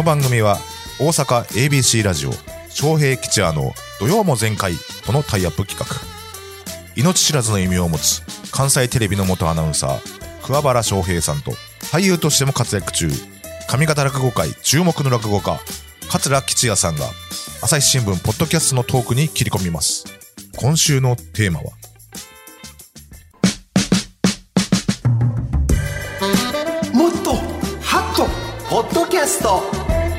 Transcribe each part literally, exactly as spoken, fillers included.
の番組は大阪 エービーシー ラジオ昌平吉也の土曜も全開とのタイアップ企画、命知らずの異名を持つ関西テレビの元アナウンサー桑原昌平さんと、俳優としても活躍中上方落語界注目の落語家桂吉也さんが朝日新聞ポッドキャストのトークに切り込みます。今週のテーマは、 もっとハッとポッドキャスト、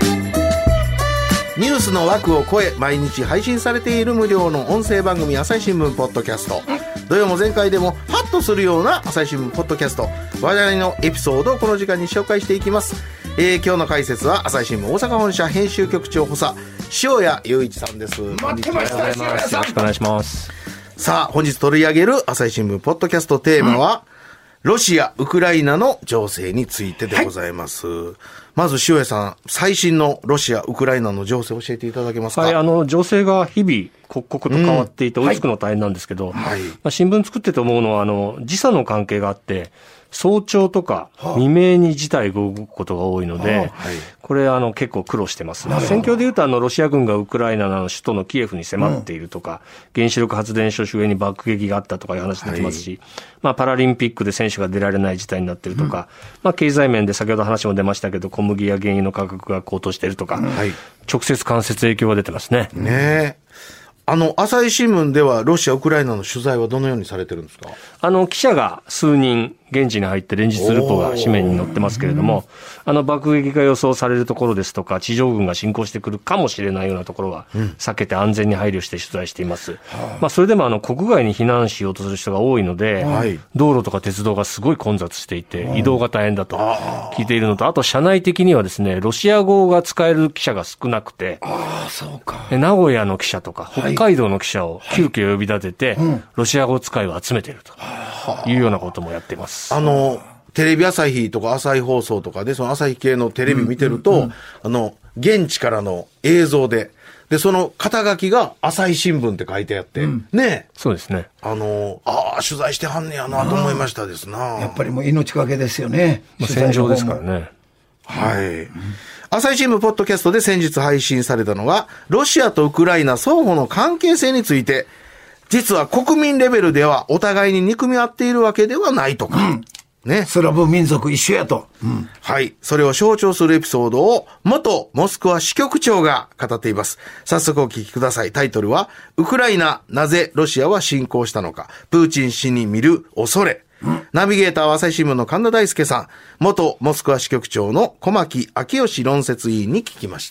ニュースの枠を超え毎日配信されている無料の音声番組、朝日新聞ポッドキャスト。土曜も前回でもハッとするような朝日新聞ポッドキャスト、話題のエピソードをこの時間に紹介していきます。えー、今日の解説は朝日新聞大阪本社編集局長補佐塩谷雄一さんです。 待ってました。よろしくお願いします。 さあ、本日取り上げる朝日新聞ポッドキャストテーマは、うん、ロシア・ウクライナの情勢についてでございます。はい、まず塩谷さん、最新のロシア・ウクライナの情勢を教えていただけますか。 はい、あの情勢が日々刻々と変わっていて、追いつくの大変なんですけど、うん、はい、まあ、新聞作ってて思うのは、あの時差の関係があって、早朝とか未明に事態が動くことが多いので、はあ、はい、これあの結構苦労してます。戦況でいうと、あのロシア軍がウクライナの首都のキエフに迫っているとか、うん、原子力発電所周辺に爆撃があったとかいう話できますし、はい、まあ、パラリンピックで選手が出られない事態になっているとか、うん、まあ、経済面で先ほど話も出ましたけど、小麦や原油の価格が高騰しているとか、うん、はい、直接間接影響が出てますね。 ねえ、あの朝日新聞ではロシア・ウクライナの取材はどのようにされてるんですか。 あの記者が数人現地に入って連日ルポが紙面に載ってますけれども、あの爆撃が予想されるところですとか、地上軍が侵攻してくるかもしれないようなところは避けて安全に配慮して取材しています。うん、まあ、それでもあの国外に避難しようとする人が多いので、はい、道路とか鉄道がすごい混雑していて、移動が大変だと聞いているのと、あと社内的にはですね、ロシア語が使える記者が少なくて、 あ、そうか、 名古屋の記者とか北海道の記者を急遽呼び立てて、はい、ロシア語使いを集めているというようなこともやっています。 あのテレビ朝日とか朝日放送とかで、その朝日系のテレビ見てると、うんうんうん、あの現地からの映像で、でその肩書きが朝日新聞って書いてあって、うん、ね、 そうですね、 あのああ取材してはんねやなと思いましたですな。 やっぱりもう命がけですよね。 まあ、戦場ですからね。 はい、うん、朝日新聞ポッドキャストで先日配信されたのが、ロシアとウクライナ双方の関係性について、実は国民レベルではお互いに憎み合っているわけではないとか、うん、ね、 スラブ民族一緒やと、うん、 はい、それを象徴するエピソードを元モスクワ支局長が語っています。早速お聞きください。タイトルは、ウクライナ、なぜロシアは侵攻したのか、プーチン氏に見る恐れ。うん、ナビゲーターは朝日新聞の神田大輔さん、元モスクワ支局長の小牧昭義論説委員に聞きました。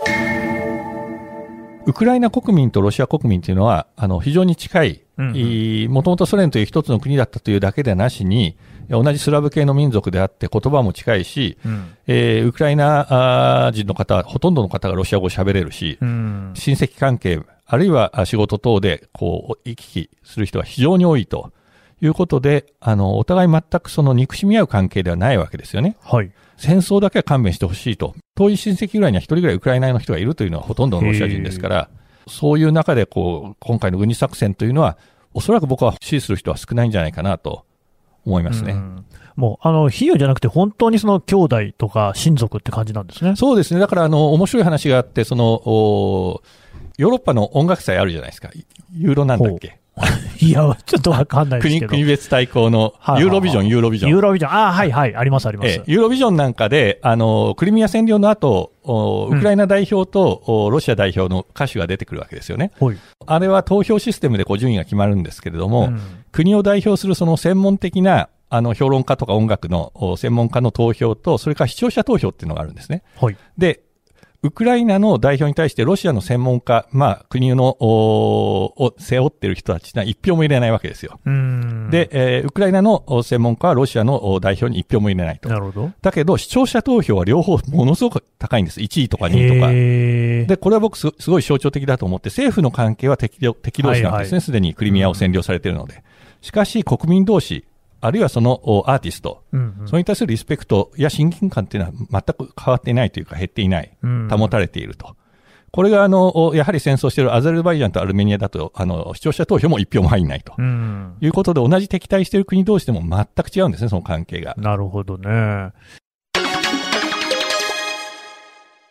ウクライナ国民とロシア国民というのはあの非常に近い、もともとソ連という一つの国だったというだけでなしに、同じスラブ系の民族であって言葉も近いし、うん、えー、ウクライナ人の方、ほとんどの方がロシア語を喋れるし、うん、親戚関係、あるいは仕事等でこう行き来する人は非常に多いということで、あのお互い全くその憎しみ合う関係ではないわけですよね。はい、戦争だけは勘弁してほしいと。遠い親戚ぐらいには一人ぐらいウクライナの人がいるというのはほとんどのロシア人ですから、そういう中でこう今回の軍事作戦というのは、おそらく僕は支持する人は少ないんじゃないかなと思いますね。うん、 もうあの比喩じゃなくて本当にその兄弟とか親族って感じなんですね。 そうですね。だからあの面白い話があって、そのヨーロッパの音楽祭あるじゃないですか。ユーロなんだっけ。 いや、ちょっとわかんないですけど。 国、国別対抗のユーロビジョン、ユーロビジョン。 ユーロビジョン。ああ、はいはい、ありますあります。 えユーロビジョンなんかで、あの、クリミア占領の後、ウクライナ代表と、うん、ロシア代表の歌手が出てくるわけですよね。はい、あれは投票システムでこう順位が決まるんですけれども、うん、国を代表するその専門的な、あの、評論家とか音楽の専門家の投票と、それから視聴者投票っていうのがあるんですね。はい、で、ウクライナの代表に対してロシアの専門家、まあ国のを背負っている人たちは一票も入れないわけですよ。うんで、えー、ウクライナの専門家はロシアの代表に一票も入れないと。なるほど。だけど視聴者投票は両方ものすごく高いんです。いちいとかにいとか。で、これは僕すごい象徴的だと思って、政府の関係は敵敵同士なんですね。すで、はいはい、にクリミアを占領されているので。しかし国民同士、あるいはそのアーティスト、うんうん、それに対するリスペクトや親近感というのは全く変わっていないというか減っていない、うん、保たれていると。これがあのやはり戦争しているアゼルバイジャンとアルメニアだと、あの視聴者投票も一票も入らないと、うん、いうことで、同じ敵対している国同士でも全く違うんですね、その関係が。 なるほどね。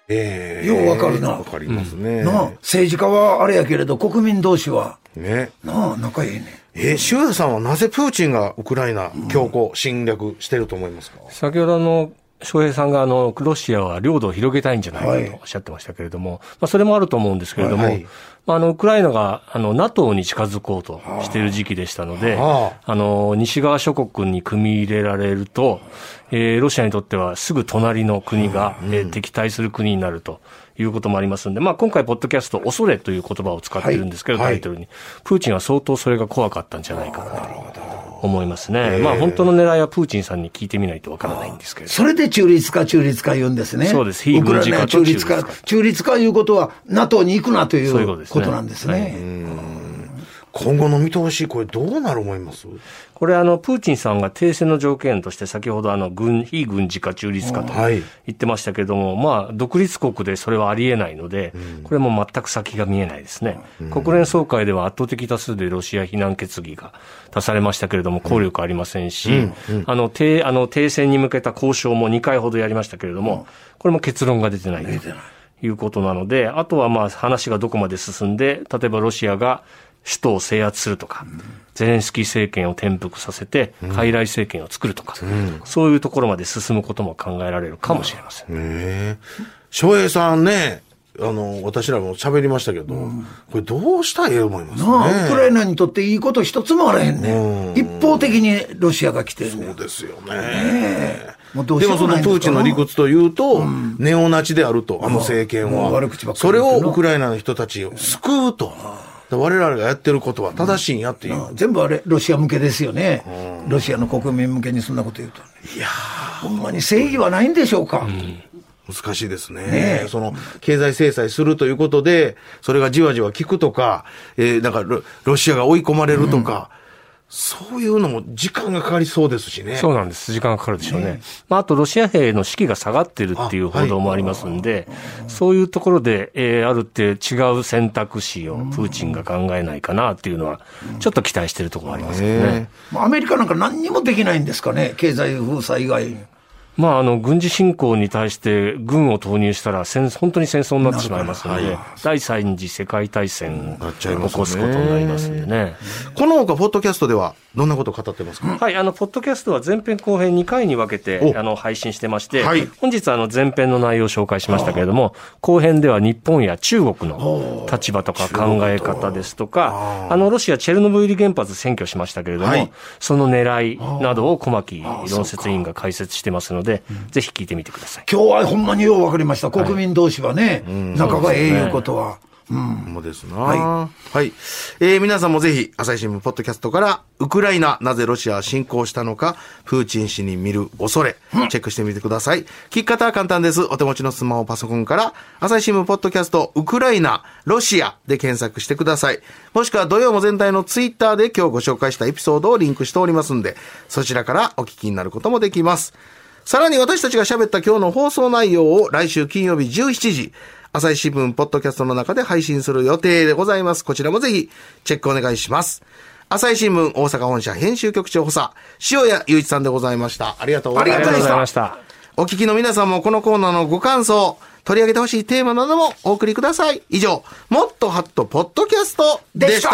ええようわかるな。 わかりますね。 なあ、政治家はあれやけれど、国民同士は、 ね。 なあ、仲いいね。 えー、塩谷さんはなぜプーチンがウクライナ強行、侵略してると思いますか？ 先ほどあの、翔平さんがあの、ロシアは領土を広げたいんじゃないかとおっしゃってましたけれども、はい、まあそれもあると思うんですけれども、はい、まああの、ウクライナがあの、NATO に近づこうとしている時期でしたので、はあ、あの、西側諸国に組み入れられると、えー、ロシアにとってはすぐ隣の国が、うん、えー、敵対する国になるということもありますので、まあ今回ポッドキャスト、恐れという言葉を使っているんですけど、はい、タイトルに、プーチンは相当それが怖かったんじゃないかなと思いますね。まあ本当の狙いはプーチンさんに聞いてみないとわからないんですけれど。 それで中立化中立化言うんですね。 そうです。非軍事化と中立化。 中立化いうことは NATO に行くなということなんですね。 今後の見通し、これどうなる思います？ これあの、プーチンさんが停戦の条件として先ほどあの、軍、非軍事化中立化と言ってましたけれども、はい、まあ、独立国でそれはありえないので、うん、これも全く先が見えないですね。うん、国連総会では圧倒的多数でロシア非難決議が出されましたけれども、効力ありませんし、うんうんうん、あの、停、あの、停戦に向けた交渉もにかいほどやりましたけれども、これも結論が出てないということなので、あとはまあ、話がどこまで進んで、例えばロシアが首都を制圧するとか、うん、ゼレンスキー政権を転覆させて、傀儡政権を作るとか、うん、そういうところまで進むことも考えられるかもしれません。 へえ。翔平さんね、あの、私らも喋りましたけど、うん、これどうしたらええ思いますね。 なあ、ウクライナにとっていいこと一つもあらへんね、うん。一方的にロシアが来てるね。 そうですよね。ねもうどうしようもないんですか。でもそのプーチンの理屈というと、うん、ネオナチであると、あの政権は。悪口ばっかり。それをウクライナの人たちを救うと。我々がやってることは正しいんやっていう、 うん、全部あれロシア向けですよね、うん、ロシアの国民向けにそんなこと言うと、 いやほんまに正義はないんでしょうか、うん、 難しいですね。ねえ、その経済制裁するということでそれがじわじわ効くとか、えー、だから ロ, ロシアが追い込まれるとか、うん、そういうのも時間がかかりそうですしね。 そうなんです。時間がかかるでしょうね。ね、まあ、あとロシア兵の士気が下がっているっていう報道もありますんで、はい、そういうところで、えー、あるって違う選択肢をプーチンが考えないかなっていうのは、ちょっと期待しているところがありますけどね。 アメリカなんか何にもできないんですかね、経済封鎖以外に。 まあ、あの、軍事侵攻に対して軍を投入したら戦、本当に戦争になってしまいますので、はい、第三次世界大戦を起こすことになりますんでね。 この他、ポッドキャストではどんなことを語ってますか？ はい、あの、ポッドキャストは前編後編にかいに分けて、あの、配信してまして、はい、本日あの、前編の内容を紹介しましたけれども、後編では日本や中国の立場とか考え方ですとか、あの、ロシアチェルノブイリ原発占拠しましたけれども、はい、その狙いなどを小牧論説委員が解説してますので、ぜひ聞いてみてください。 今日はほんまによう分かりました。国民同士はね、はい、仲がええいうことは。 うん。そうですな。はい。はい。えー、皆さんもぜひ、朝日新聞ポッドキャストから、ウクライナ、なぜロシアは侵攻したのか、プーチン氏に見る恐れ、チェックしてみてください。聞き方は簡単です。お手持ちのスマホ、パソコンから、朝日新聞ポッドキャスト、ウクライナ、ロシアで検索してください。もしくは土曜も全体のツイッターで今日ご紹介したエピソードをリンクしておりますんで、そちらからお聞きになることもできます。さらに私たちが喋った今日の放送内容を来週金曜日じゅうしちじ、朝日新聞ポッドキャストの中で配信する予定でございます。こちらもぜひチェックお願いします。朝日新聞大阪本社編集局長補佐、塩谷雄一さんでございました。ありがとうございました。お聞きの皆さんもこのコーナーのご感想、取り上げてほしいテーマなどもお送りください。以上、もっとハットポッドキャストでした。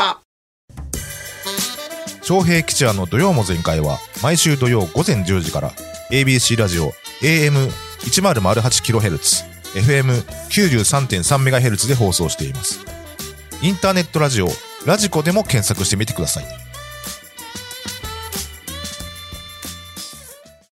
昌平吉弥の土曜も全開は毎週土曜午前じゅうじから エービーシー ラジオ エーエムせんはちキロヘルツ、エフエムきゅうじゅうさんてんさんメガヘルツ で放送しています。インターネットラジオラジコでも検索してみてください。